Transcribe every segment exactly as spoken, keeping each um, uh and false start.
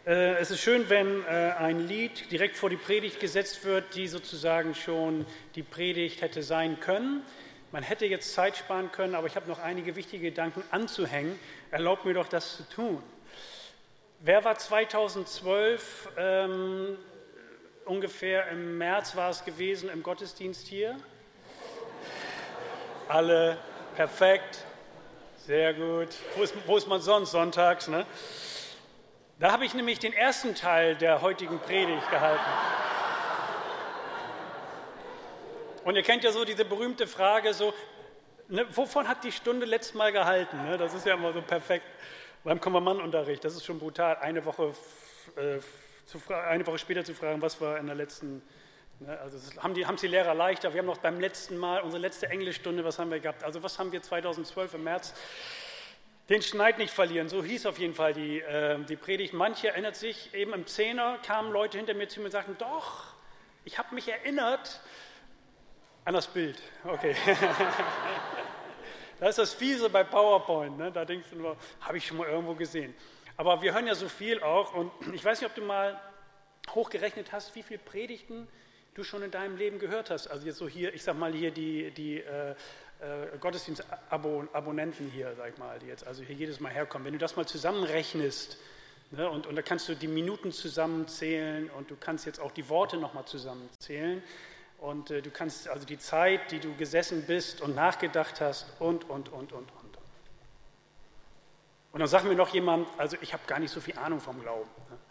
Äh, es ist schön, wenn äh, ein Lied direkt vor die Predigt gesetzt wird, die sozusagen schon die Predigt hätte sein können. Man hätte jetzt Zeit sparen können, aber ich habe noch einige wichtige Gedanken anzuhängen. Erlaubt mir doch, das zu tun. Wer war zweitausendzwölf, ähm, ungefähr im März war es gewesen, im Gottesdienst hier? Alle, perfekt, sehr gut. Wo ist, wo ist man sonst sonntags? Ne? Da habe ich nämlich den ersten Teil der heutigen Predigt gehalten. Und ihr kennt ja so diese berühmte Frage, so, ne, wovon hat die Stunde letztes Mal gehalten? Ne? Das ist ja immer so perfekt beim Konfirmandenunterricht. Das ist schon brutal, eine Woche, äh, zu, eine Woche später zu fragen, was war in der letzten, ne? Also das haben die, haben die Lehrer leichter. Wir haben noch beim letzten Mal, unsere letzte Englischstunde, was haben wir gehabt? Also was haben wir zweitausendzwölf im März? Den Schneid nicht verlieren, so hieß auf jeden Fall die, äh, die Predigt. Manche erinnert sich, eben im Zehner kamen Leute hinter mir zu mir und sagten, doch, ich habe mich erinnert an das Bild. Okay. Das ist das Fiese bei PowerPoint, ne? Da denkst du nur, habe ich schon mal irgendwo gesehen. Aber wir hören ja so viel auch und ich weiß nicht, ob du mal hochgerechnet hast, wie viele Predigten du schon in deinem Leben gehört hast. Also jetzt so hier, ich sag mal hier die, die äh, äh, Gottesdienstabonnenten hier, sag ich mal, die jetzt also hier jedes Mal herkommen. Wenn du das mal zusammenrechnest, ne, und, und da kannst du die Minuten zusammenzählen und du kannst jetzt auch die Worte nochmal zusammenzählen. Und äh, du kannst also die Zeit, die du gesessen bist und nachgedacht hast und, und, und, und, und. Und dann sagt mir noch jemand, also ich habe gar nicht so viel Ahnung vom Glauben.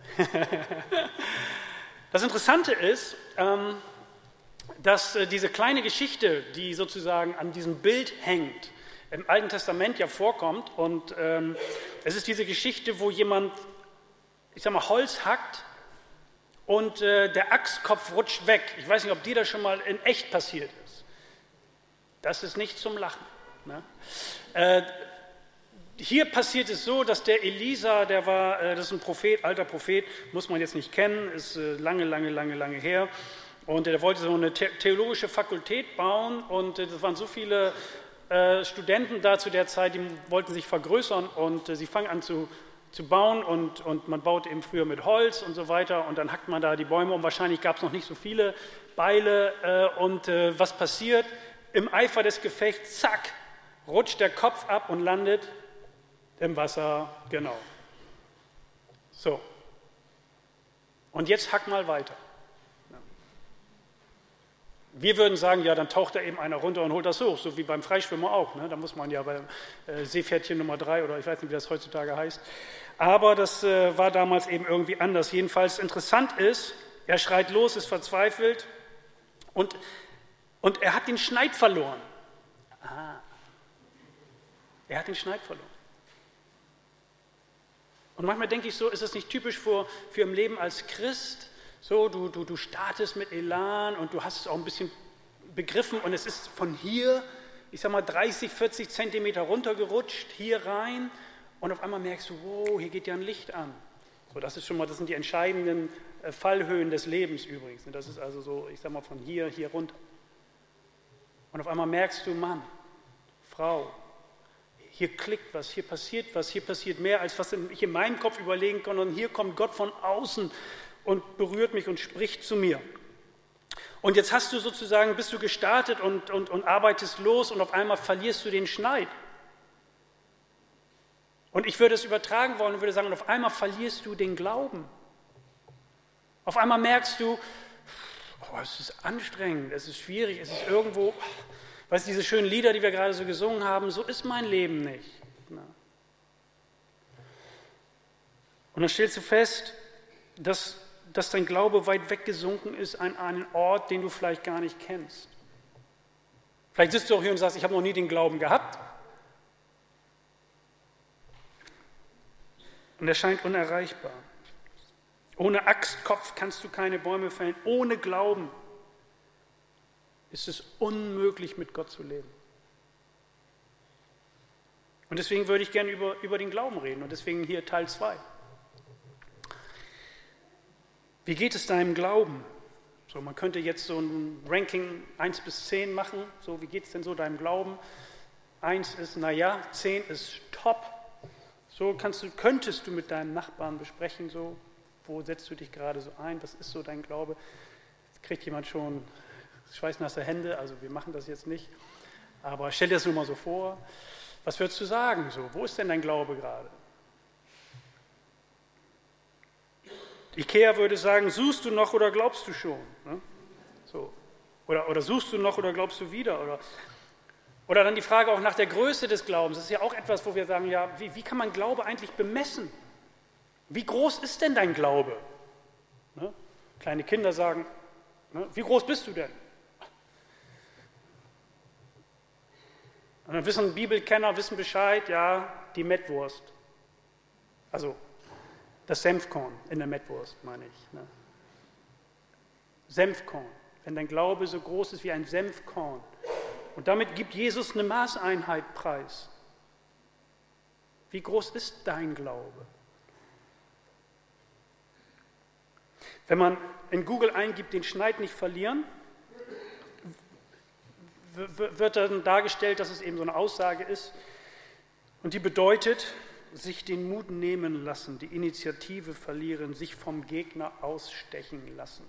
Das Interessante ist, ähm, dass äh, diese kleine Geschichte, die sozusagen an diesem Bild hängt, im Alten Testament ja vorkommt. Und ähm, es ist diese Geschichte, wo jemand, ich sag mal, Holz hackt, und äh, der Axtkopf rutscht weg. Ich weiß nicht, ob dir das schon mal in echt passiert ist. Das ist nicht zum Lachen. Ne? Äh, hier passiert es so, dass der Elisa, der war, äh, das ist ein Prophet, alter Prophet, muss man jetzt nicht kennen, ist äh, lange, lange, lange, lange her. Und äh, der wollte so eine the- theologische Fakultät bauen und äh, das waren so viele äh, Studenten da zu der Zeit, die wollten sich vergrößern und äh, sie fangen an zu zu bauen und, und man baut eben früher mit Holz und so weiter und dann hackt man da die Bäume und wahrscheinlich gab es noch nicht so viele Beile äh, und äh, was passiert? Im Eifer des Gefechts, zack, rutscht der Kopf ab und landet im Wasser, genau. So. Und jetzt hack mal weiter. Ja. Wir würden sagen, ja, dann taucht da eben einer runter und holt das hoch, so wie beim Freischwimmer auch. Ne? Da muss man ja beim äh, Seepferdchen Nummer drei oder ich weiß nicht, wie das heutzutage heißt. Aber das äh, war damals eben irgendwie anders. Jedenfalls interessant ist, er schreit los, ist verzweifelt und, und er hat den Schneid verloren. Ah, er hat den Schneid verloren. Und manchmal denke ich so, ist das nicht typisch für, für im Leben als Christ? So, du, du, du startest mit Elan und du hast es auch ein bisschen begriffen und es ist von hier, ich sag mal dreißig, vierzig Zentimeter runtergerutscht, hier rein und auf einmal merkst du, wow, hier geht ja ein Licht an. So, das ist schon mal, das sind die entscheidenden Fallhöhen des Lebens übrigens. Das ist also so, ich sag mal von hier, hier runter. Und auf einmal merkst du, Mann, Frau, hier klickt was, hier passiert was, hier passiert mehr, als was ich in meinem Kopf überlegen kann und hier kommt Gott von außen und berührt mich und spricht zu mir. Und jetzt hast du sozusagen, bist du gestartet und, und, und arbeitest los und auf einmal verlierst du den Schneid. Und ich würde es übertragen wollen und würde sagen, auf einmal verlierst du den Glauben. Auf einmal merkst du, oh, es ist anstrengend, es ist schwierig, es ist irgendwo, weißt du, diese schönen Lieder, die wir gerade so gesungen haben, so ist mein Leben nicht. Na. Und dann stellst du fest, dass dass dein Glaube weit weggesunken ist an einen Ort, den du vielleicht gar nicht kennst. Vielleicht sitzt du auch hier und sagst, ich habe noch nie den Glauben gehabt. Und er scheint unerreichbar. Ohne Axtkopf kannst du keine Bäume fällen. Ohne Glauben ist es unmöglich, mit Gott zu leben. Und deswegen würde ich gerne über, über den Glauben reden und deswegen hier Teil zwei. Wie geht es deinem Glauben? So, man könnte jetzt so ein Ranking eins bis zehn machen. So, wie geht es denn so deinem Glauben? eins ist, naja, zehn ist top. So kannst du, könntest du mit deinem Nachbarn besprechen. So, wo setzt du dich gerade so ein, was ist so dein Glaube? Jetzt kriegt jemand schon schweißnasse Hände, also wir machen das jetzt nicht, aber stell dir das nur mal so vor. Was würdest du sagen? So, wo ist denn dein Glaube gerade? Ikea würde sagen, suchst du noch oder glaubst du schon? Ne? So. Oder, oder suchst du noch oder glaubst du wieder? Oder, oder dann die Frage auch nach der Größe des Glaubens. Das ist ja auch etwas, wo wir sagen, ja, wie, wie kann man Glaube eigentlich bemessen? Wie groß ist denn dein Glaube? Ne? Kleine Kinder sagen, ne, wie groß bist du denn? Und dann wissen Bibelkenner, wissen Bescheid, ja, die Mettwurst. Also das Senfkorn in der Mettwurst, meine ich. Ne? Senfkorn. Wenn dein Glaube so groß ist wie ein Senfkorn. Und damit gibt Jesus eine Maßeinheit preis. Wie groß ist dein Glaube? Wenn man in Google eingibt, den Schneid nicht verlieren, wird dann dargestellt, dass es eben so eine Aussage ist. Und die bedeutet, sich den Mut nehmen lassen, die Initiative verlieren, sich vom Gegner ausstechen lassen.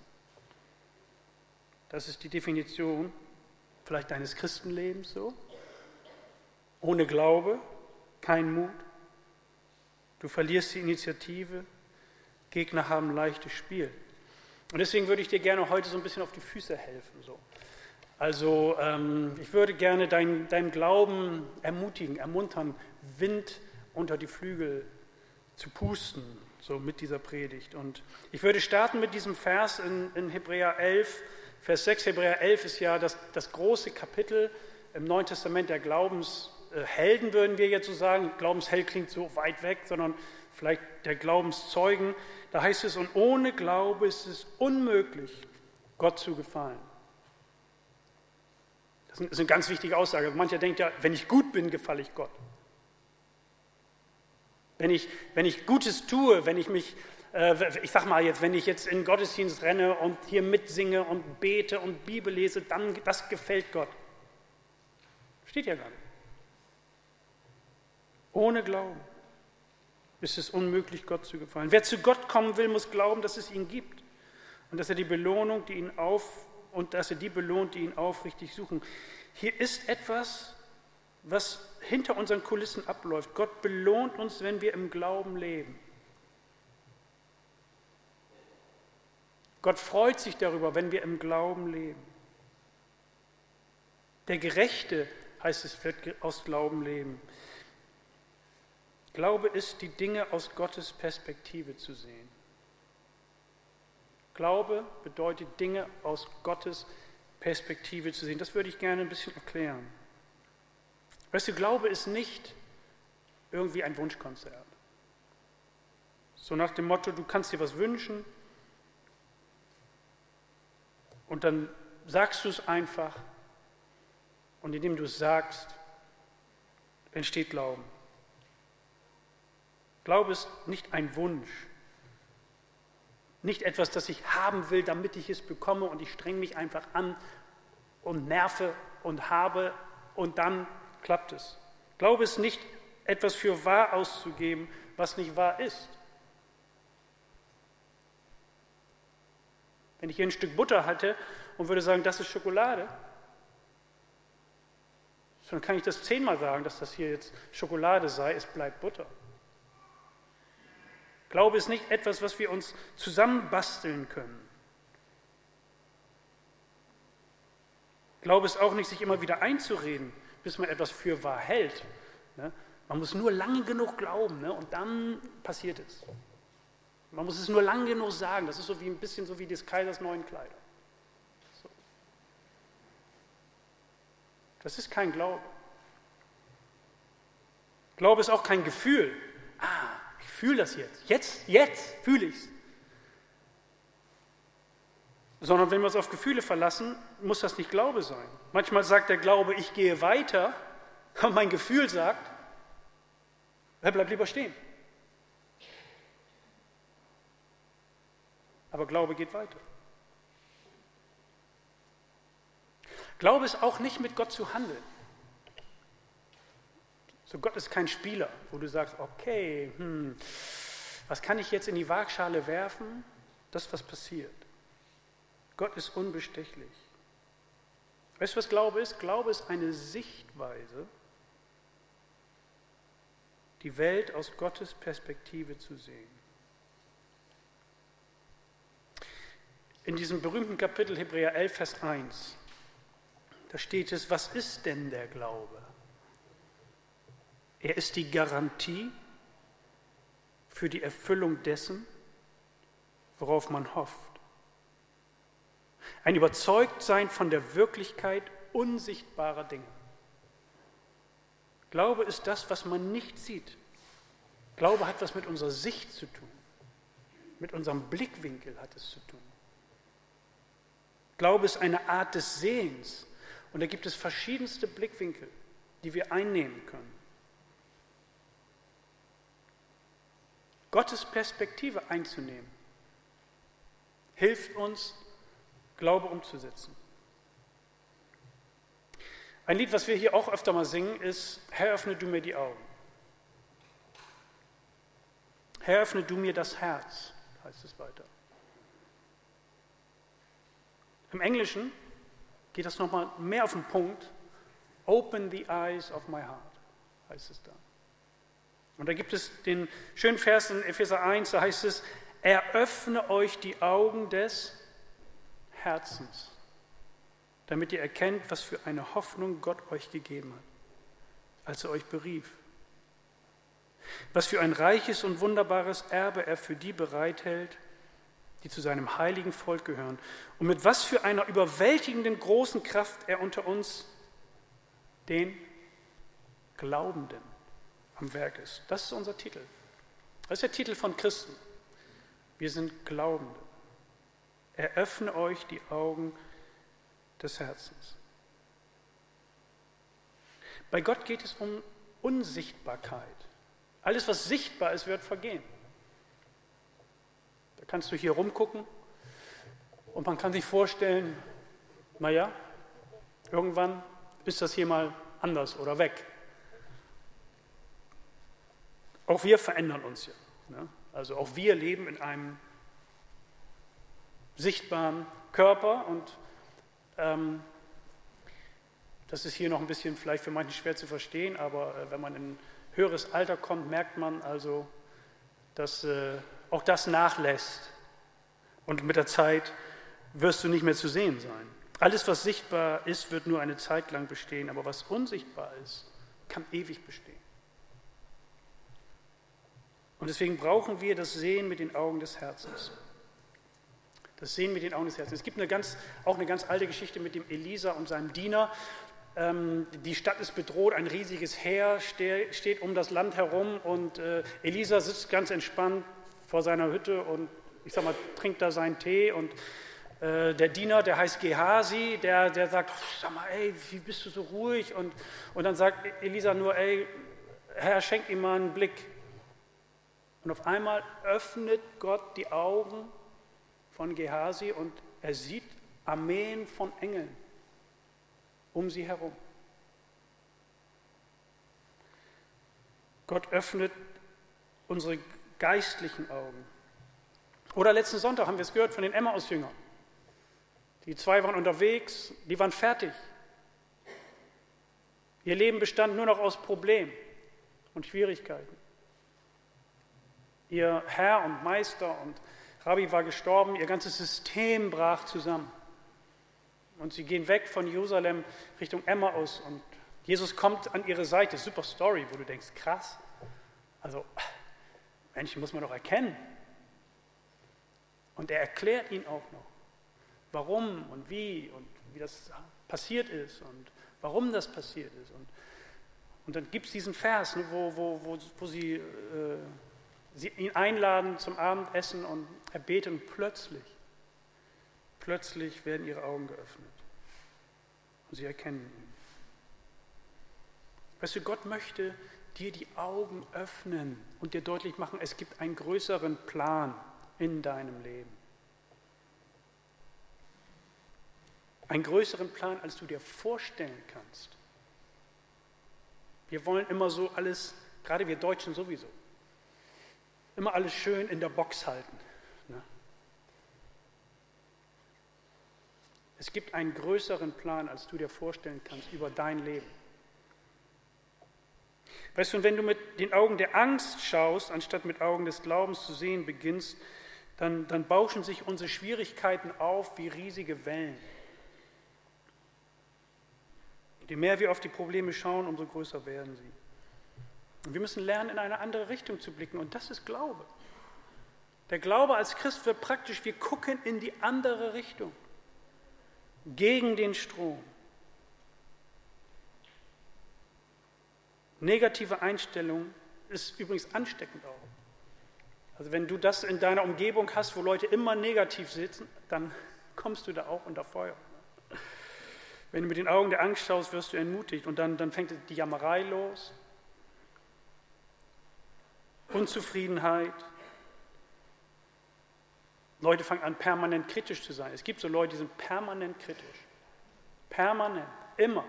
Das ist die Definition vielleicht deines Christenlebens so. Ohne Glaube, kein Mut. Du verlierst die Initiative, Gegner haben leichtes Spiel. Und deswegen würde ich dir gerne heute so ein bisschen auf die Füße helfen. So. Also ähm, ich würde gerne dein, deinem Glauben ermutigen, ermuntern, Wind unter die Flügel zu pusten, so mit dieser Predigt. Und ich würde starten mit diesem Vers in, in Hebräer elf, Vers sechs. Hebräer elf ist ja das, das große Kapitel im Neuen Testament der Glaubenshelden, würden wir jetzt so sagen. Glaubensheld klingt so weit weg, sondern vielleicht der Glaubenszeugen. Da heißt es, und ohne Glaube ist es unmöglich, Gott zu gefallen. Das ist eine ganz wichtige Aussage. Mancher denkt ja, wenn ich gut bin, gefalle ich Gott. Wenn ich, wenn ich Gutes tue, wenn ich mich, äh, ich sag mal jetzt, wenn ich jetzt in den Gottesdienst renne und hier mitsinge und bete und Bibel lese, dann, das gefällt Gott. Steht ja gar nicht. Ohne Glauben ist es unmöglich, Gott zu gefallen. Wer zu Gott kommen will, muss glauben, dass es ihn gibt und dass er die Belohnung, die ihn auf und dass er die belohnt, die ihn aufrichtig suchen. Hier ist etwas, was hinter unseren Kulissen abläuft. Gott belohnt uns, wenn wir im Glauben leben. Gott freut sich darüber, wenn wir im Glauben leben. Der Gerechte, heißt es, wird aus Glauben leben. Glaube ist, die Dinge aus Gottes Perspektive zu sehen. Glaube bedeutet, Dinge aus Gottes Perspektive zu sehen. Das würde ich gerne ein bisschen erklären. Weißt du, Glaube ist nicht irgendwie ein Wunschkonzert. So nach dem Motto, du kannst dir was wünschen und dann sagst du es einfach und indem du es sagst, entsteht Glauben. Glaube ist nicht ein Wunsch, nicht etwas, das ich haben will, damit ich es bekomme und ich strenge mich einfach an und nerve und habe und dann klappt es. Glaube ist nicht etwas für wahr auszugeben, was nicht wahr ist. Wenn ich hier ein Stück Butter hatte und würde sagen, das ist Schokolade, dann kann ich das zehnmal sagen, dass das hier jetzt Schokolade sei, es bleibt Butter. Glaube ist nicht etwas, was wir uns zusammenbasteln können. Glaube ist auch nicht, sich immer wieder einzureden, bis man etwas für wahr hält. Man muss nur lange genug glauben, und dann passiert es. Man muss es nur lange genug sagen. Das ist so wie ein bisschen so wie des Kaisers neuen Kleider. So. Das ist kein Glaube. Glaube ist auch kein Gefühl. Ah, ich fühle das jetzt. Jetzt, jetzt fühle ich es. Sondern wenn wir uns auf Gefühle verlassen, muss das nicht Glaube sein. Manchmal sagt der Glaube, ich gehe weiter, und mein Gefühl sagt, er bleibt lieber stehen. Aber Glaube geht weiter. Glaube ist auch nicht mit Gott zu handeln. So, Gott ist kein Spieler, wo du sagst, okay, hm, Was kann ich jetzt in die Waagschale werfen? Das, was passiert. Gott ist unbestechlich. Weißt du, was Glaube ist? Glaube ist eine Sichtweise, die Welt aus Gottes Perspektive zu sehen. In diesem berühmten Kapitel Hebräer elf, Vers eins, da steht es, was ist denn der Glaube? Er ist die Garantie für die Erfüllung dessen, worauf man hofft. Ein Überzeugtsein von der Wirklichkeit unsichtbarer Dinge. Glaube ist das, was man nicht sieht. Glaube hat was mit unserer Sicht zu tun. Mit unserem Blickwinkel hat es zu tun. Glaube ist eine Art des Sehens. Und da gibt es verschiedenste Blickwinkel, die wir einnehmen können. Gottes Perspektive einzunehmen, hilft uns, Glaube umzusetzen. Ein Lied, was wir hier auch öfter mal singen, ist Herr, öffne du mir die Augen. Herr, öffne du mir das Herz, heißt es weiter. Im Englischen geht das nochmal mehr auf den Punkt. Open the eyes of my heart, heißt es da. Und da gibt es den schönen Vers in Epheser eins, da heißt es, eröffne euch die Augen des Herzens, damit ihr erkennt, was für eine Hoffnung Gott euch gegeben hat, als er euch berief. Was für ein reiches und wunderbares Erbe er für die bereithält, die zu seinem heiligen Volk gehören. Und mit was für einer überwältigenden großen Kraft er unter uns, den Glaubenden, am Werk ist. Das ist unser Titel. Das ist der Titel von Christen. Wir sind Glaubende. Eröffne euch die Augen des Herzens. Bei Gott geht es um Unsichtbarkeit. Alles, was sichtbar ist, wird vergehen. Da kannst du hier rumgucken und man kann sich vorstellen, naja, irgendwann ist das hier mal anders oder weg. Auch wir verändern uns ja. Ne? Also auch wir leben in einem sichtbaren Körper und ähm, das ist hier noch ein bisschen vielleicht für manche schwer zu verstehen, aber äh, wenn man in ein höheres Alter kommt, merkt man also, dass äh, auch das nachlässt und mit der Zeit wirst du nicht mehr zu sehen sein. Alles, was sichtbar ist, wird nur eine Zeit lang bestehen, aber was unsichtbar ist, kann ewig bestehen. Und deswegen brauchen wir das Sehen mit den Augen des Herzens. Das Sehen mit den Augen des Herzens. Es gibt eine ganz, auch eine ganz alte Geschichte mit dem Elisa und seinem Diener. Ähm, die Stadt ist bedroht, ein riesiges Heer ste- steht um das Land herum und äh, Elisa sitzt ganz entspannt vor seiner Hütte und ich sag mal, trinkt da seinen Tee und äh, der Diener, der heißt Gehasi, der, der sagt, sag mal, ey, wie bist du so ruhig? Und, und dann sagt Elisa nur, ey, Herr, schenk ihm mal einen Blick. Und auf einmal öffnet Gott die Augen von Gehasi und er sieht Armeen von Engeln um sie herum. Gott öffnet unsere geistlichen Augen. Oder letzten Sonntag haben wir es gehört von den Emmaus-Jüngern. Die zwei waren unterwegs, die waren fertig. Ihr Leben bestand nur noch aus Problemen und Schwierigkeiten. Ihr Herr und Meister und Rabbi war gestorben, ihr ganzes System brach zusammen. Und sie gehen weg von Jerusalem Richtung Emmaus und Jesus kommt an ihre Seite. Super Story, wo du denkst, krass. Also, Menschen muss man doch erkennen. Und er erklärt ihnen auch noch, warum und wie und wie das passiert ist und warum das passiert ist. Und, und dann gibt es diesen Vers, ne, wo, wo, wo, wo sie... Äh, Sie ihn einladen zum Abendessen und er betet und plötzlich, plötzlich werden ihre Augen geöffnet und sie erkennen ihn. Weißt du, Gott möchte dir die Augen öffnen und dir deutlich machen, es gibt einen größeren Plan in deinem Leben. Einen größeren Plan, als du dir vorstellen kannst. Wir wollen immer so alles, gerade wir Deutschen sowieso. immer alles schön in der Box halten. Ne? Es gibt einen größeren Plan, als du dir vorstellen kannst über dein Leben. Weißt du, und wenn du mit den Augen der Angst schaust, anstatt mit Augen des Glaubens zu sehen beginnst, dann, dann bauschen sich unsere Schwierigkeiten auf wie riesige Wellen. Je mehr wir auf die Probleme schauen, umso größer werden sie. Und wir müssen lernen, in eine andere Richtung zu blicken, und das ist Glaube. Der Glaube als Christ wird praktisch, wir gucken in die andere Richtung, gegen den Strom. Negative Einstellung ist übrigens ansteckend auch. Also wenn du das in deiner Umgebung hast, wo Leute immer negativ sitzen, dann kommst du da auch unter Feuer. Wenn du mit den Augen der Angst schaust, wirst du entmutigt und dann, dann fängt die Jammerei los, Unzufriedenheit. Leute fangen an, permanent kritisch zu sein. Es gibt so Leute, die sind permanent kritisch. Permanent, immer.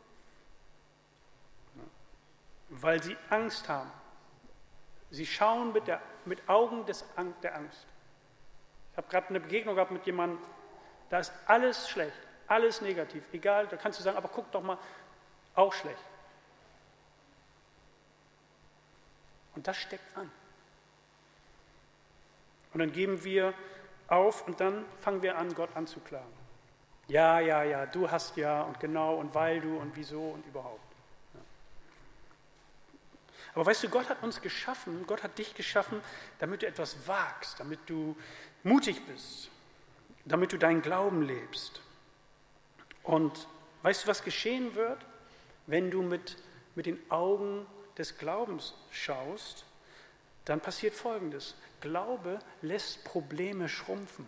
Weil sie Angst haben. Sie schauen mit, der, mit Augen des, der Angst. Ich habe gerade eine Begegnung gehabt mit jemandem, da ist alles schlecht, alles negativ, egal, da kannst du sagen, aber guck doch mal, auch schlecht. Und das steckt an. Und dann geben wir auf und dann fangen wir an, Gott anzuklagen. Ja, ja, ja, du hast ja und genau und weil du und wieso und überhaupt. Ja. Aber weißt du, Gott hat uns geschaffen, Gott hat dich geschaffen, damit du etwas wagst, damit du mutig bist, damit du deinen Glauben lebst. Und weißt du, was geschehen wird, wenn du mit, mit den Augen des Glaubens schaust? Dann passiert Folgendes. Glaube lässt Probleme schrumpfen.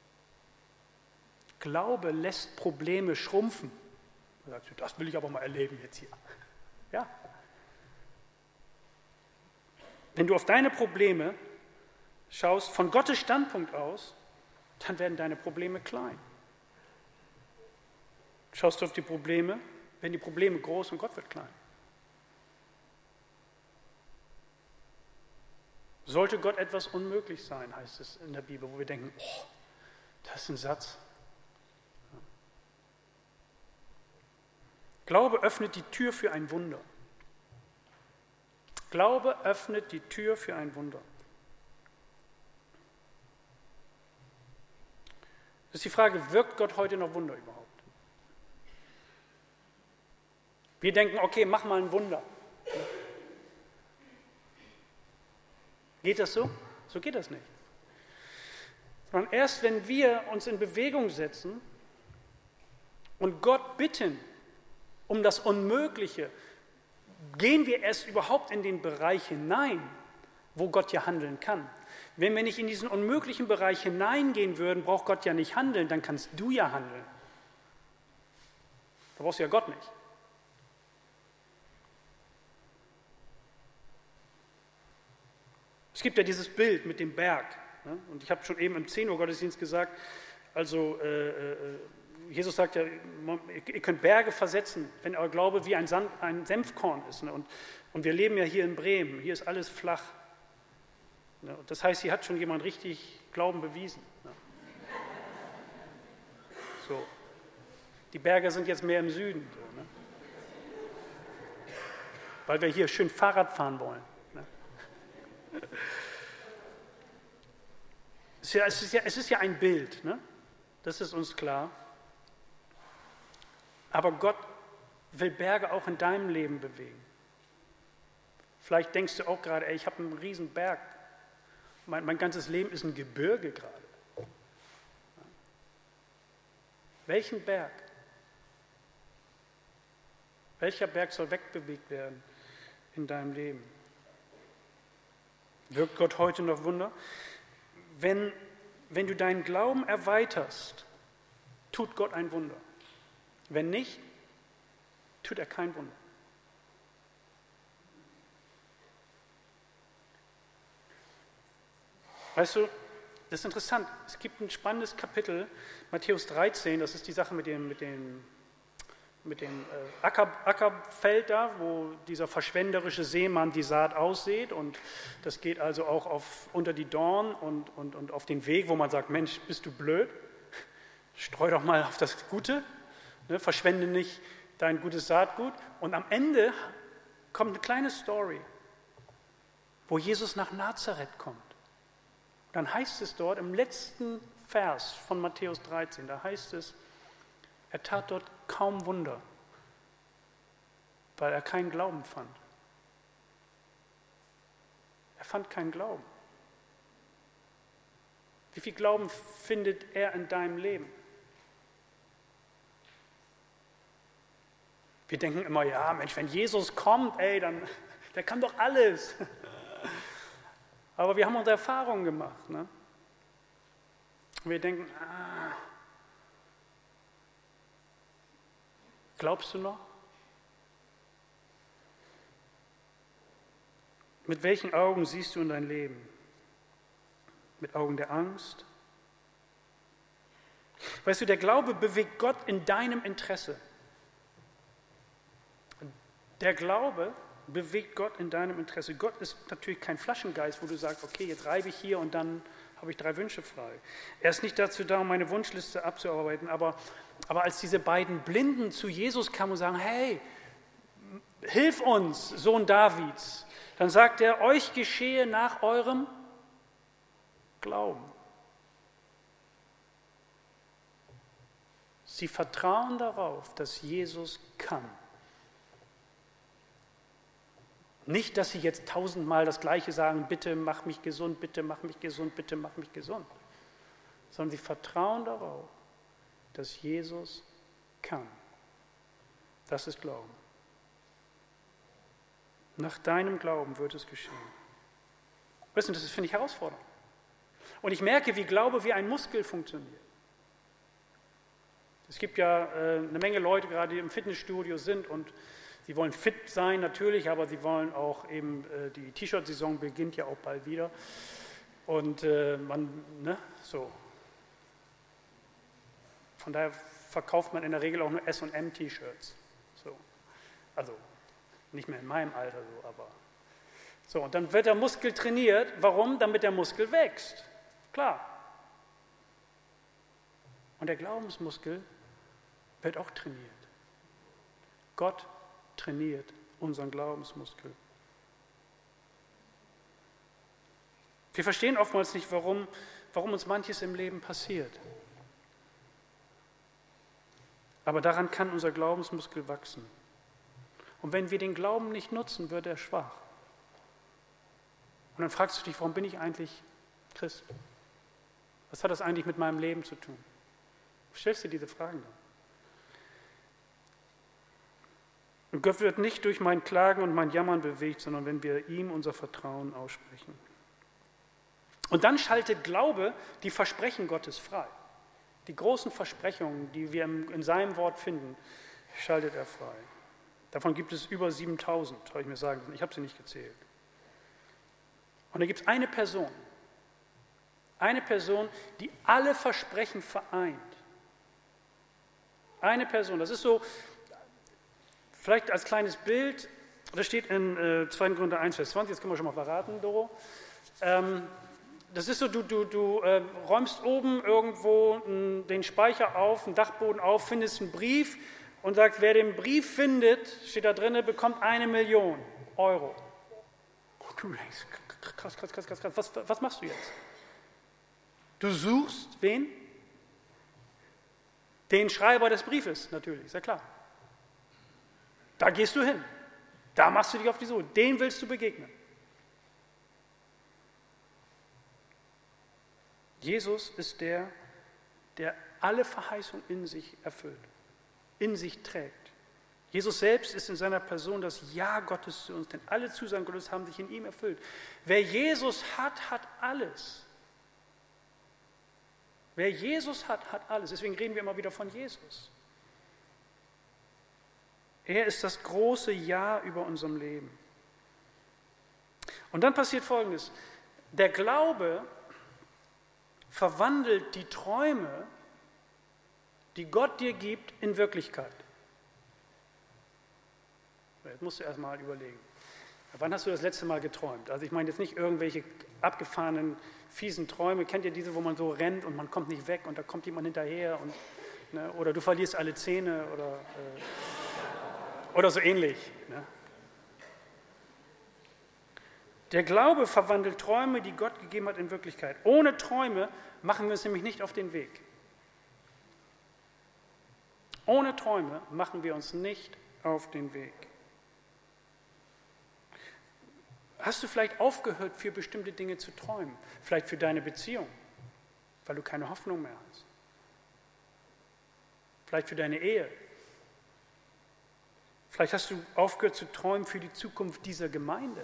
Glaube lässt Probleme schrumpfen. Da sagst du, das will ich aber mal erleben jetzt hier. Ja. Wenn du auf deine Probleme schaust, von Gottes Standpunkt aus, dann werden deine Probleme klein. Schaust du auf die Probleme, werden die Probleme groß und Gott wird klein. Sollte Gott etwas unmöglich sein, heißt es in der Bibel, wo wir denken, oh, das ist ein Satz. Glaube öffnet die Tür für ein Wunder. Glaube öffnet die Tür für ein Wunder. Das ist die Frage, wirkt Gott heute noch Wunder überhaupt? Wir denken, okay, mach mal ein Wunder. Geht das so? So geht das nicht. Sondern erst wenn wir uns in Bewegung setzen und Gott bitten um das Unmögliche, gehen wir erst überhaupt in den Bereich hinein, wo Gott ja handeln kann. Wenn wir nicht in diesen unmöglichen Bereich hineingehen würden, braucht Gott ja nicht handeln, dann kannst du ja handeln. Da brauchst du ja Gott nicht. Es gibt ja dieses Bild mit dem Berg. Ne? Und ich habe schon eben im zehn Uhr Gottesdienst gesagt, also äh, äh, Jesus sagt ja, ihr könnt Berge versetzen, wenn euer Glaube wie ein, Sand, ein Senfkorn ist. Ne? Und, und wir leben ja hier in Bremen, hier ist alles flach. Ne? Und das heißt, hier hat schon jemand richtig Glauben bewiesen. Ne? So. Die Berge sind jetzt mehr im Süden, so, ne? Weil wir hier schön Fahrrad fahren wollen. Es ist ja, es ist ja, es ist ja ein Bild, ne? Das ist uns klar. Aber Gott will Berge auch in deinem Leben bewegen. Vielleicht denkst du auch gerade, ey, ich habe einen riesen Berg. Mein, mein ganzes Leben ist ein Gebirge gerade. Welchen Berg? Welcher Berg soll wegbewegt werden in deinem Leben? Wirkt Gott heute noch Wunder? Wenn, wenn du deinen Glauben erweiterst, tut Gott ein Wunder. Wenn nicht, tut er kein Wunder. Weißt du, das ist interessant. Es gibt ein spannendes Kapitel, Matthäus dreizehn, das ist die Sache mit dem, mit dem mit dem Acker, Ackerfeld da, wo dieser verschwenderische Seemann die Saat aussät. Und das geht also auch auf, unter die Dornen und, und, und auf den Weg, wo man sagt, Mensch, bist du blöd? Streu doch mal auf das Gute, ne? Verschwende nicht dein gutes Saatgut. Und am Ende kommt eine kleine Story, wo Jesus nach Nazareth kommt. Dann heißt es dort im letzten Vers von Matthäus dreizehn, da heißt es, er tat dort kaum Wunder, weil er keinen Glauben fand. Er fand keinen Glauben. Wie viel Glauben findet er in deinem Leben? Wir denken immer, ja Mensch, wenn Jesus kommt, ey, dann, der kann doch alles. Aber wir haben unsere Erfahrungen gemacht. Ne? Und wir denken, ah, glaubst du noch? Mit welchen Augen siehst du in dein Leben? Mit Augen der Angst? Weißt du, der Glaube bewegt Gott in deinem Interesse. Der Glaube bewegt Gott in deinem Interesse. Gott ist natürlich kein Flaschengeist, wo du sagst, okay, jetzt reibe ich hier und dann habe ich drei Wünsche frei. Er ist nicht dazu da, um meine Wunschliste abzuarbeiten, aber, aber als diese beiden Blinden zu Jesus kamen und sagen, hey, hilf uns, Sohn Davids, dann sagt er, euch geschehe nach eurem Glauben. Sie vertrauen darauf, dass Jesus kann. Nicht, dass sie jetzt tausendmal das Gleiche sagen, bitte mach mich gesund, bitte mach mich gesund, bitte mach mich gesund. Sondern sie vertrauen darauf, dass Jesus kann. Das ist Glauben. Nach deinem Glauben wird es geschehen. Weißt du, das finde ich herausfordernd. Und ich merke, wie Glaube wie ein Muskel funktioniert. Es gibt ja äh, eine Menge Leute, gerade die im Fitnessstudio sind und sie wollen fit sein natürlich, aber sie wollen auch eben, äh, die T-Shirt-Saison beginnt ja auch bald wieder. Und äh, man, ne, so. Von daher verkauft man in der Regel auch nur S und M-T-Shirts. So. Also nicht mehr in meinem Alter so, aber. So, und dann wird der Muskel trainiert. Warum? Damit der Muskel wächst. Klar. Und der Glaubensmuskel wird auch trainiert. Gott trainiert unseren Glaubensmuskel. Wir verstehen oftmals nicht, warum, warum uns manches im Leben passiert. Aber daran kann unser Glaubensmuskel wachsen. Und wenn wir den Glauben nicht nutzen, wird er schwach. Und dann fragst du dich, warum bin ich eigentlich Christ? Was hat das eigentlich mit meinem Leben zu tun? Du stellst dir diese Fragen dann. Und Gott wird nicht durch mein Klagen und mein Jammern bewegt, sondern wenn wir ihm unser Vertrauen aussprechen. Und dann schaltet Glaube die Versprechen Gottes frei. Die großen Versprechungen, die wir in seinem Wort finden, schaltet er frei. Davon gibt es über siebentausend, habe ich mir sagen lassen. Ich habe sie nicht gezählt. Und da gibt es eine Person, eine Person, die alle Versprechen vereint. Eine Person, das ist so, vielleicht als kleines Bild, das steht in äh, zweiter Korinther eins, Vers zwanzig, das können wir schon mal verraten, Doro. Ähm, das ist so, du, du, du äh, räumst oben irgendwo n, den Speicher auf, einen Dachboden auf, findest einen Brief und sagst, wer den Brief findet, steht da drin, bekommt eine Million Euro. Du denkst, krass, krass, krass, krass, krass, was, was machst du jetzt? Du suchst wen? Den Schreiber des Briefes, natürlich, ist ja klar. Da gehst du hin. Da machst du dich auf die Suche. Den willst du begegnen. Jesus ist der, der alle Verheißungen in sich erfüllt, in sich trägt. Jesus selbst ist in seiner Person das Ja Gottes zu uns, denn alle Zusagen Gottes haben sich in ihm erfüllt. Wer Jesus hat, hat alles. Wer Jesus hat, hat alles. Deswegen reden wir immer wieder von Jesus. Er ist das große Ja über unserem Leben. Und dann passiert Folgendes. Der Glaube verwandelt die Träume, die Gott dir gibt, in Wirklichkeit. Jetzt musst du erst mal überlegen. Wann hast du das letzte Mal geträumt? Also ich meine jetzt nicht irgendwelche abgefahrenen, fiesen Träume. Kennt ihr diese, wo man so rennt und man kommt nicht weg und da kommt jemand hinterher und, ne, oder du verlierst alle Zähne oder, äh, oder so ähnlich. Ne? Der Glaube verwandelt Träume, die Gott gegeben hat, in Wirklichkeit. Ohne Träume machen wir uns nämlich nicht auf den Weg. Ohne Träume machen wir uns nicht auf den Weg. Hast du vielleicht aufgehört, für bestimmte Dinge zu träumen? Vielleicht für deine Beziehung, weil du keine Hoffnung mehr hast. Vielleicht für deine Ehe. Vielleicht hast du aufgehört zu träumen für die Zukunft dieser Gemeinde.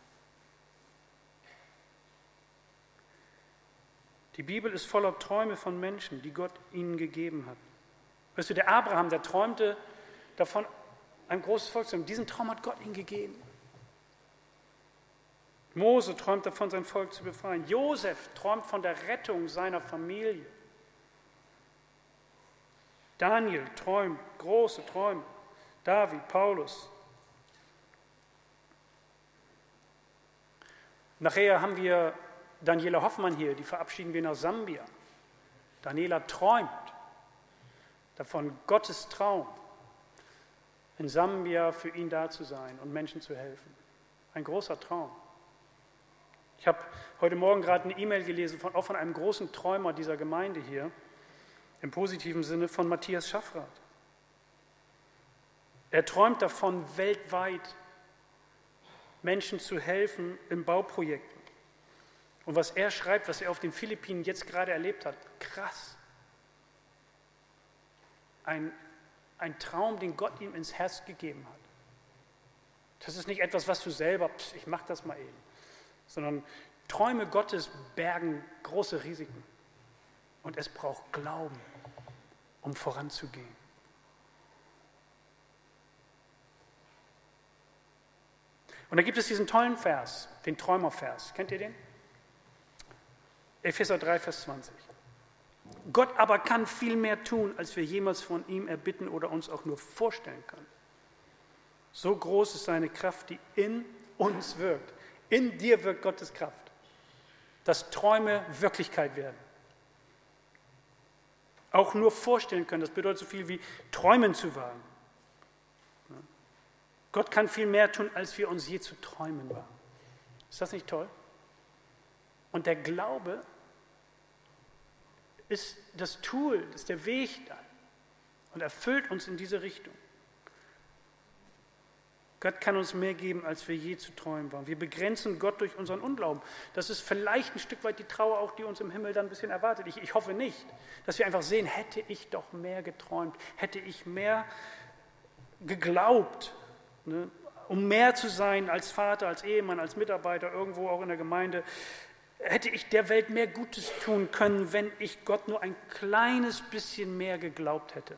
Die Bibel ist voller Träume von Menschen, die Gott ihnen gegeben hat. Weißt du, der Abraham, der träumte davon, ein großes Volk zu haben. Diesen Traum hat Gott ihm gegeben. Mose träumt davon, sein Volk zu befreien. Josef träumt von der Rettung seiner Familie. Daniel träumt große Träume. David, Paulus. Nachher haben wir Daniela Hoffmann hier, die verabschieden wir nach Sambia. Daniela träumt davon, Gottes Traum, in Sambia für ihn da zu sein und Menschen zu helfen. Ein großer Traum. Ich habe heute Morgen gerade eine E-Mail gelesen, von, auch von einem großen Träumer dieser Gemeinde hier, im positiven Sinne von Matthias Schaffrath. Er träumt davon, weltweit Menschen zu helfen in Bauprojekten. Und was er schreibt, was er auf den Philippinen jetzt gerade erlebt hat, krass. Ein, ein Traum, den Gott ihm ins Herz gegeben hat. Das ist nicht etwas, was du selber, pss, ich mache das mal eben, sondern Träume Gottes bergen große Risiken. Und es braucht Glauben, um voranzugehen. Und da gibt es diesen tollen Vers, den Träumervers. Kennt ihr den? Epheser drei, Vers zwanzig. Gott aber kann viel mehr tun, als wir jemals von ihm erbitten oder uns auch nur vorstellen können. So groß ist seine Kraft, die in uns wirkt. In dir wirkt Gottes Kraft, dass Träume Wirklichkeit werden. Auch nur vorstellen können, das bedeutet so viel wie träumen zu wagen. Gott kann viel mehr tun, als wir uns je zu träumen wagen. Ist das nicht toll? Und der Glaube ist das Tool, ist der Weg dann und erfüllt uns in diese Richtung. Gott kann uns mehr geben, als wir je zu träumen waren. Wir begrenzen Gott durch unseren Unglauben. Das ist vielleicht ein Stück weit die Trauer auch, die uns im Himmel dann ein bisschen erwartet. Ich, ich hoffe nicht, dass wir einfach sehen, hätte ich doch mehr geträumt, hätte ich mehr geglaubt, ne, um mehr zu sein als Vater, als Ehemann, als Mitarbeiter, irgendwo auch in der Gemeinde. Hätte ich der Welt mehr Gutes tun können, wenn ich Gott nur ein kleines bisschen mehr geglaubt hätte.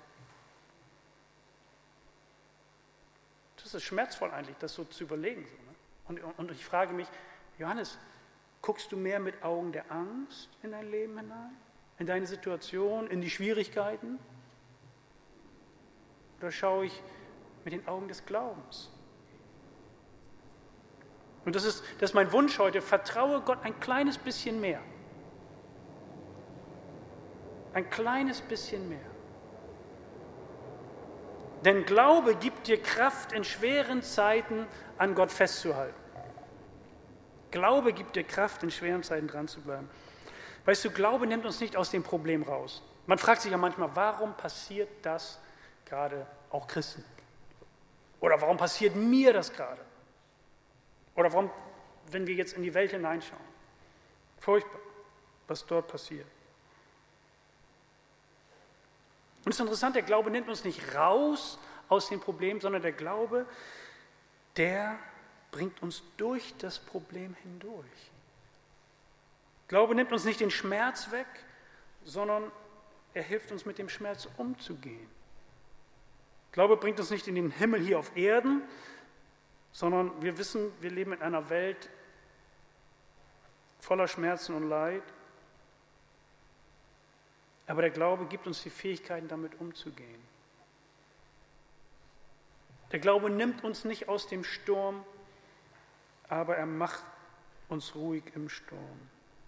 Das ist schmerzvoll eigentlich, das so zu überlegen. So, ne? und, und ich frage mich, Johannes, guckst du mehr mit Augen der Angst in dein Leben hinein? In deine Situation, in die Schwierigkeiten? Oder schaue ich mit den Augen des Glaubens? Und das ist, das ist mein Wunsch heute, vertraue Gott ein kleines bisschen mehr. Ein kleines bisschen mehr. Denn Glaube gibt dir Kraft, in schweren Zeiten an Gott festzuhalten. Glaube gibt dir Kraft, in schweren Zeiten dran zu bleiben. Weißt du, Glaube nimmt uns nicht aus dem Problem raus. Man fragt sich ja manchmal, warum passiert das gerade auch Christen? Oder warum passiert mir das gerade? Oder warum, wenn wir jetzt in die Welt hineinschauen? Furchtbar, was dort passiert. Und es ist interessant, der Glaube nimmt uns nicht raus aus dem Problem, sondern der Glaube, der bringt uns durch das Problem hindurch. Glaube nimmt uns nicht den Schmerz weg, sondern er hilft uns, mit dem Schmerz umzugehen. Glaube bringt uns nicht in den Himmel hier auf Erden, sondern wir wissen, wir leben in einer Welt voller Schmerzen und Leid. Aber der Glaube gibt uns die Fähigkeiten, damit umzugehen. Der Glaube nimmt uns nicht aus dem Sturm, aber er macht uns ruhig im Sturm.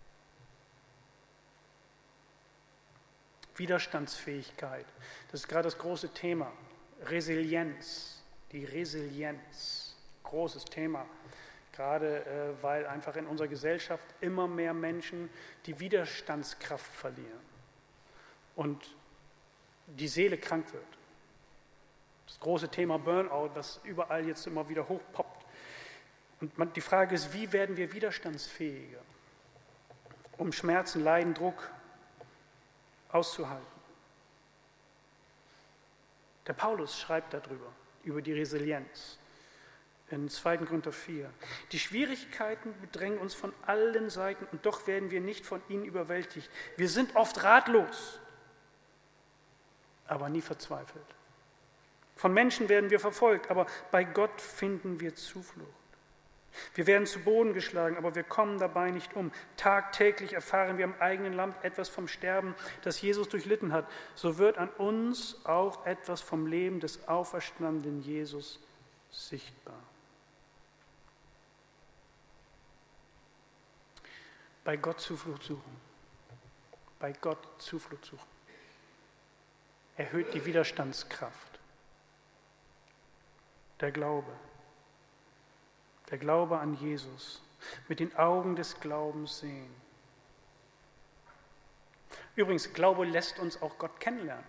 Widerstandsfähigkeit, das ist gerade das große Thema. Resilienz, die Resilienz, großes Thema. Gerade äh, weil einfach in unserer Gesellschaft immer mehr Menschen die Widerstandskraft verlieren und die Seele krank wird. Das große Thema Burnout, das überall jetzt immer wieder hochpoppt. Und man, die Frage ist, wie werden wir widerstandsfähiger, um Schmerzen, Leiden, Druck auszuhalten? Der Paulus schreibt darüber, über die Resilienz. In zweiten Korinther vier. Die Schwierigkeiten bedrängen uns von allen Seiten und doch werden wir nicht von ihnen überwältigt. Wir sind oft ratlos, aber nie verzweifelt. Von Menschen werden wir verfolgt, aber bei Gott finden wir Zuflucht. Wir werden zu Boden geschlagen, aber wir kommen dabei nicht um. Tagtäglich erfahren wir am eigenen Land etwas vom Sterben, das Jesus durchlitten hat. So wird an uns auch etwas vom Leben des auferstandenen Jesus sichtbar. Bei Gott Zuflucht suchen. Bei Gott Zuflucht suchen. Erhöht die Widerstandskraft. Der Glaube. Der Glaube an Jesus. Mit den Augen des Glaubens sehen. Übrigens, Glaube lässt uns auch Gott kennenlernen.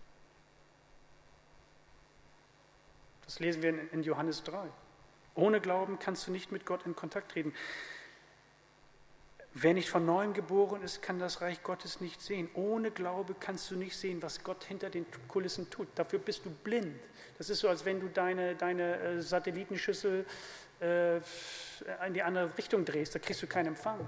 Das lesen wir in Johannes drei. Ohne Glauben kannst du nicht mit Gott in Kontakt treten. Wer nicht von neuem geboren ist, kann das Reich Gottes nicht sehen. Ohne Glaube kannst du nicht sehen, was Gott hinter den Kulissen tut. Dafür bist du blind. Das ist so, als wenn du deine, deine Satellitenschüssel äh, in die andere Richtung drehst. Da kriegst du keinen Empfang.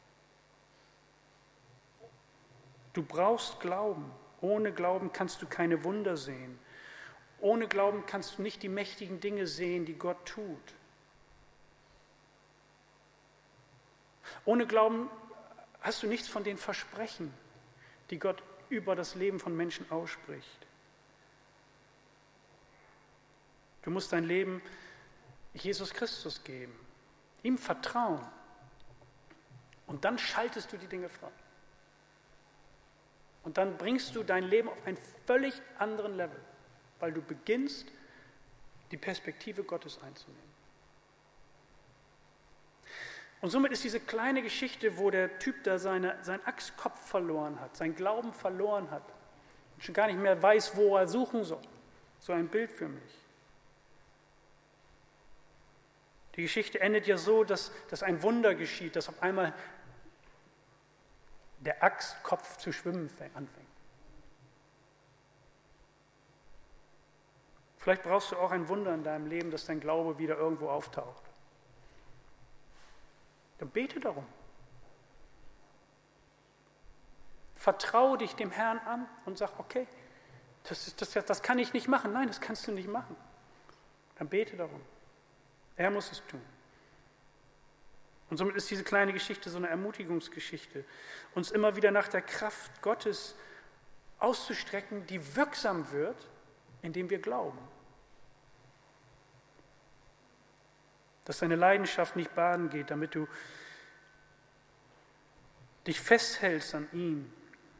Du brauchst Glauben. Ohne Glauben kannst du keine Wunder sehen. Ohne Glauben kannst du nicht die mächtigen Dinge sehen, die Gott tut. Ohne Glauben hast du nichts von den Versprechen, die Gott über das Leben von Menschen ausspricht. Du musst dein Leben Jesus Christus geben, ihm vertrauen und dann schaltest du die Dinge frei. Und dann bringst du dein Leben auf einen völlig anderen Level, weil du beginnst, die Perspektive Gottes einzunehmen. Und somit ist diese kleine Geschichte, wo der Typ da seine, seinen Achskopf verloren hat, seinen Glauben verloren hat und schon gar nicht mehr weiß, wo er suchen soll, so ein Bild für mich. Die Geschichte endet ja so, dass, dass ein Wunder geschieht, dass auf einmal der Achskopf zu schwimmen anfängt. Vielleicht brauchst du auch ein Wunder in deinem Leben, dass dein Glaube wieder irgendwo auftaucht. Dann bete darum. Vertraue dich dem Herrn an und sag, okay, das, ist, das, das kann ich nicht machen. Nein, das kannst du nicht machen. Dann bete darum. Er muss es tun. Und somit ist diese kleine Geschichte so eine Ermutigungsgeschichte, uns immer wieder nach der Kraft Gottes auszustrecken, die wirksam wird, indem wir glauben. Dass deine Leidenschaft nicht baden geht, damit du dich festhältst an ihm.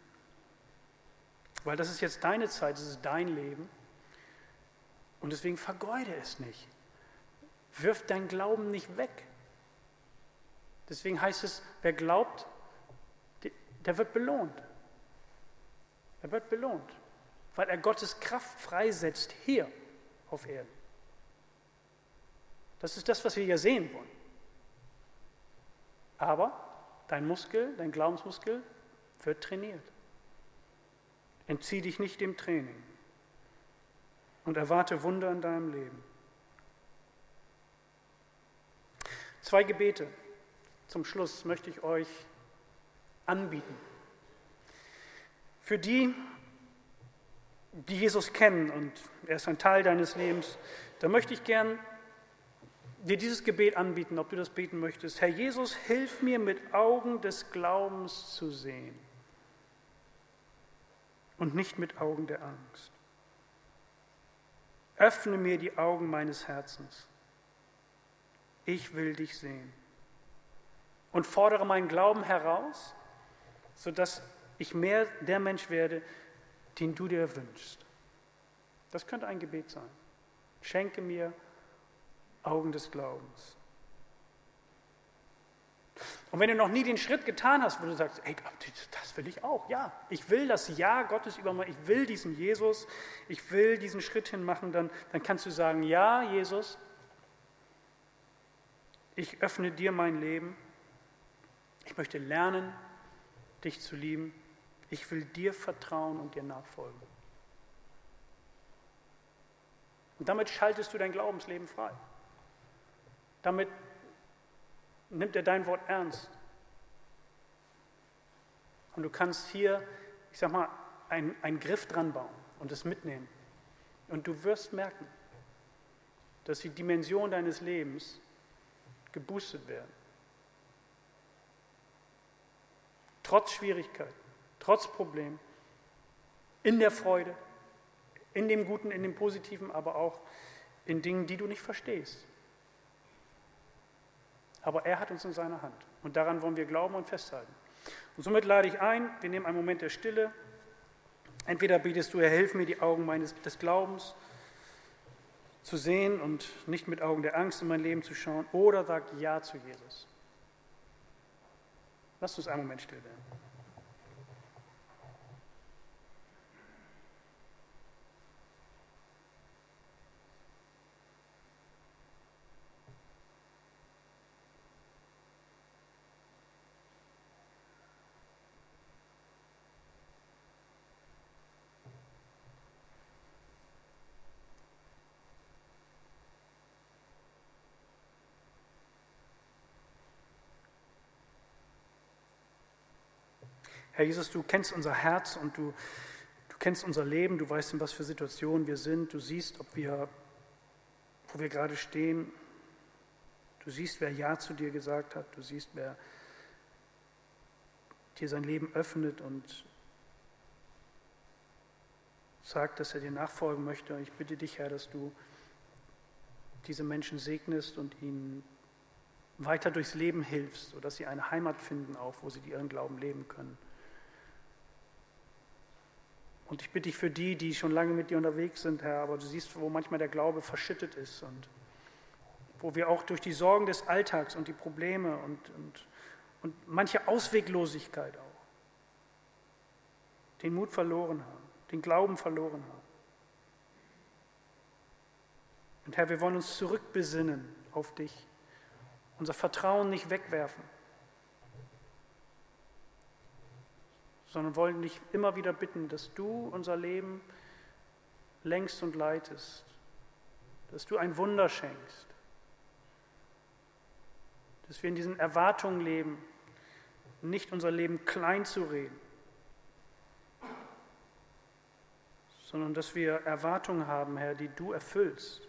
Weil das ist jetzt deine Zeit, das ist dein Leben. Und deswegen vergeude es nicht. Wirf dein Glauben nicht weg. Deswegen heißt es, wer glaubt, der wird belohnt. Er wird belohnt, weil er Gottes Kraft freisetzt hier auf Erden. Das ist das, was wir hier sehen wollen. Aber dein Muskel, dein Glaubensmuskel wird trainiert. Entzieh dich nicht dem Training und erwarte Wunder in deinem Leben. Zwei Gebete zum Schluss möchte ich euch anbieten. Für die, die Jesus kennen und er ist ein Teil deines Lebens, da möchte ich gern dir dieses Gebet anbieten, ob du das beten möchtest. Herr Jesus, hilf mir, mit Augen des Glaubens zu sehen und nicht mit Augen der Angst. Öffne mir die Augen meines Herzens. Ich will dich sehen. Und fordere meinen Glauben heraus, sodass ich mehr der Mensch werde, den du dir wünschst. Das könnte ein Gebet sein. Schenke mir Augen des Glaubens. Und wenn du noch nie den Schritt getan hast, wo du sagst, ey, das will ich auch, ja, ich will das Ja Gottes über mich, ich will diesen Jesus, ich will diesen Schritt hin machen, dann, dann kannst du sagen, ja, Jesus, ich öffne dir mein Leben, ich möchte lernen, dich zu lieben, ich will dir vertrauen und dir nachfolgen. Und damit schaltest du dein Glaubensleben frei. Damit nimmt er dein Wort ernst. Und du kannst hier, ich sag mal, einen, einen Griff dran bauen und es mitnehmen. Und du wirst merken, dass die Dimensionen deines Lebens geboostet werden. Trotz Schwierigkeiten, trotz Problemen, in der Freude, in dem Guten, in dem Positiven, aber auch in Dingen, die du nicht verstehst. Aber er hat uns in seiner Hand. Und daran wollen wir glauben und festhalten. Und somit lade ich ein, wir nehmen einen Moment der Stille. Entweder betest du, Herr, hilf mir, die Augen meines, des Glaubens zu sehen und nicht mit Augen der Angst in mein Leben zu schauen, oder sag Ja zu Jesus. Lass uns einen Moment still werden. Herr Jesus, du kennst unser Herz und du, du kennst unser Leben, du weißt, in was für Situationen wir sind, du siehst, ob wir, wo wir gerade stehen, du siehst, wer Ja zu dir gesagt hat, du siehst, wer dir sein Leben öffnet und sagt, dass er dir nachfolgen möchte. Und ich bitte dich, Herr, dass du diese Menschen segnest und ihnen weiter durchs Leben hilfst, sodass sie eine Heimat finden, auch wo sie ihren Glauben leben können. Und ich bitte dich für die, die schon lange mit dir unterwegs sind, Herr, aber du siehst, wo manchmal der Glaube verschüttet ist und wo wir auch durch die Sorgen des Alltags und die Probleme und, und, und manche Ausweglosigkeit auch den Mut verloren haben, den Glauben verloren haben. Und Herr, wir wollen uns zurückbesinnen auf dich, unser Vertrauen nicht wegwerfen, sondern wollen dich immer wieder bitten, dass du unser Leben lenkst und leitest, dass du ein Wunder schenkst, dass wir in diesen Erwartungen leben, nicht unser Leben klein zu reden, sondern dass wir Erwartungen haben, Herr, die du erfüllst,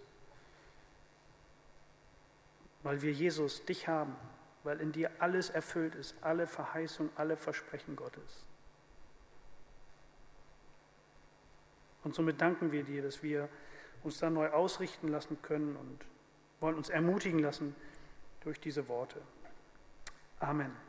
weil wir Jesus, dich haben, weil in dir alles erfüllt ist, alle Verheißungen, alle Versprechen Gottes. Und somit danken wir dir, dass wir uns da neu ausrichten lassen können und wollen uns ermutigen lassen durch diese Worte. Amen.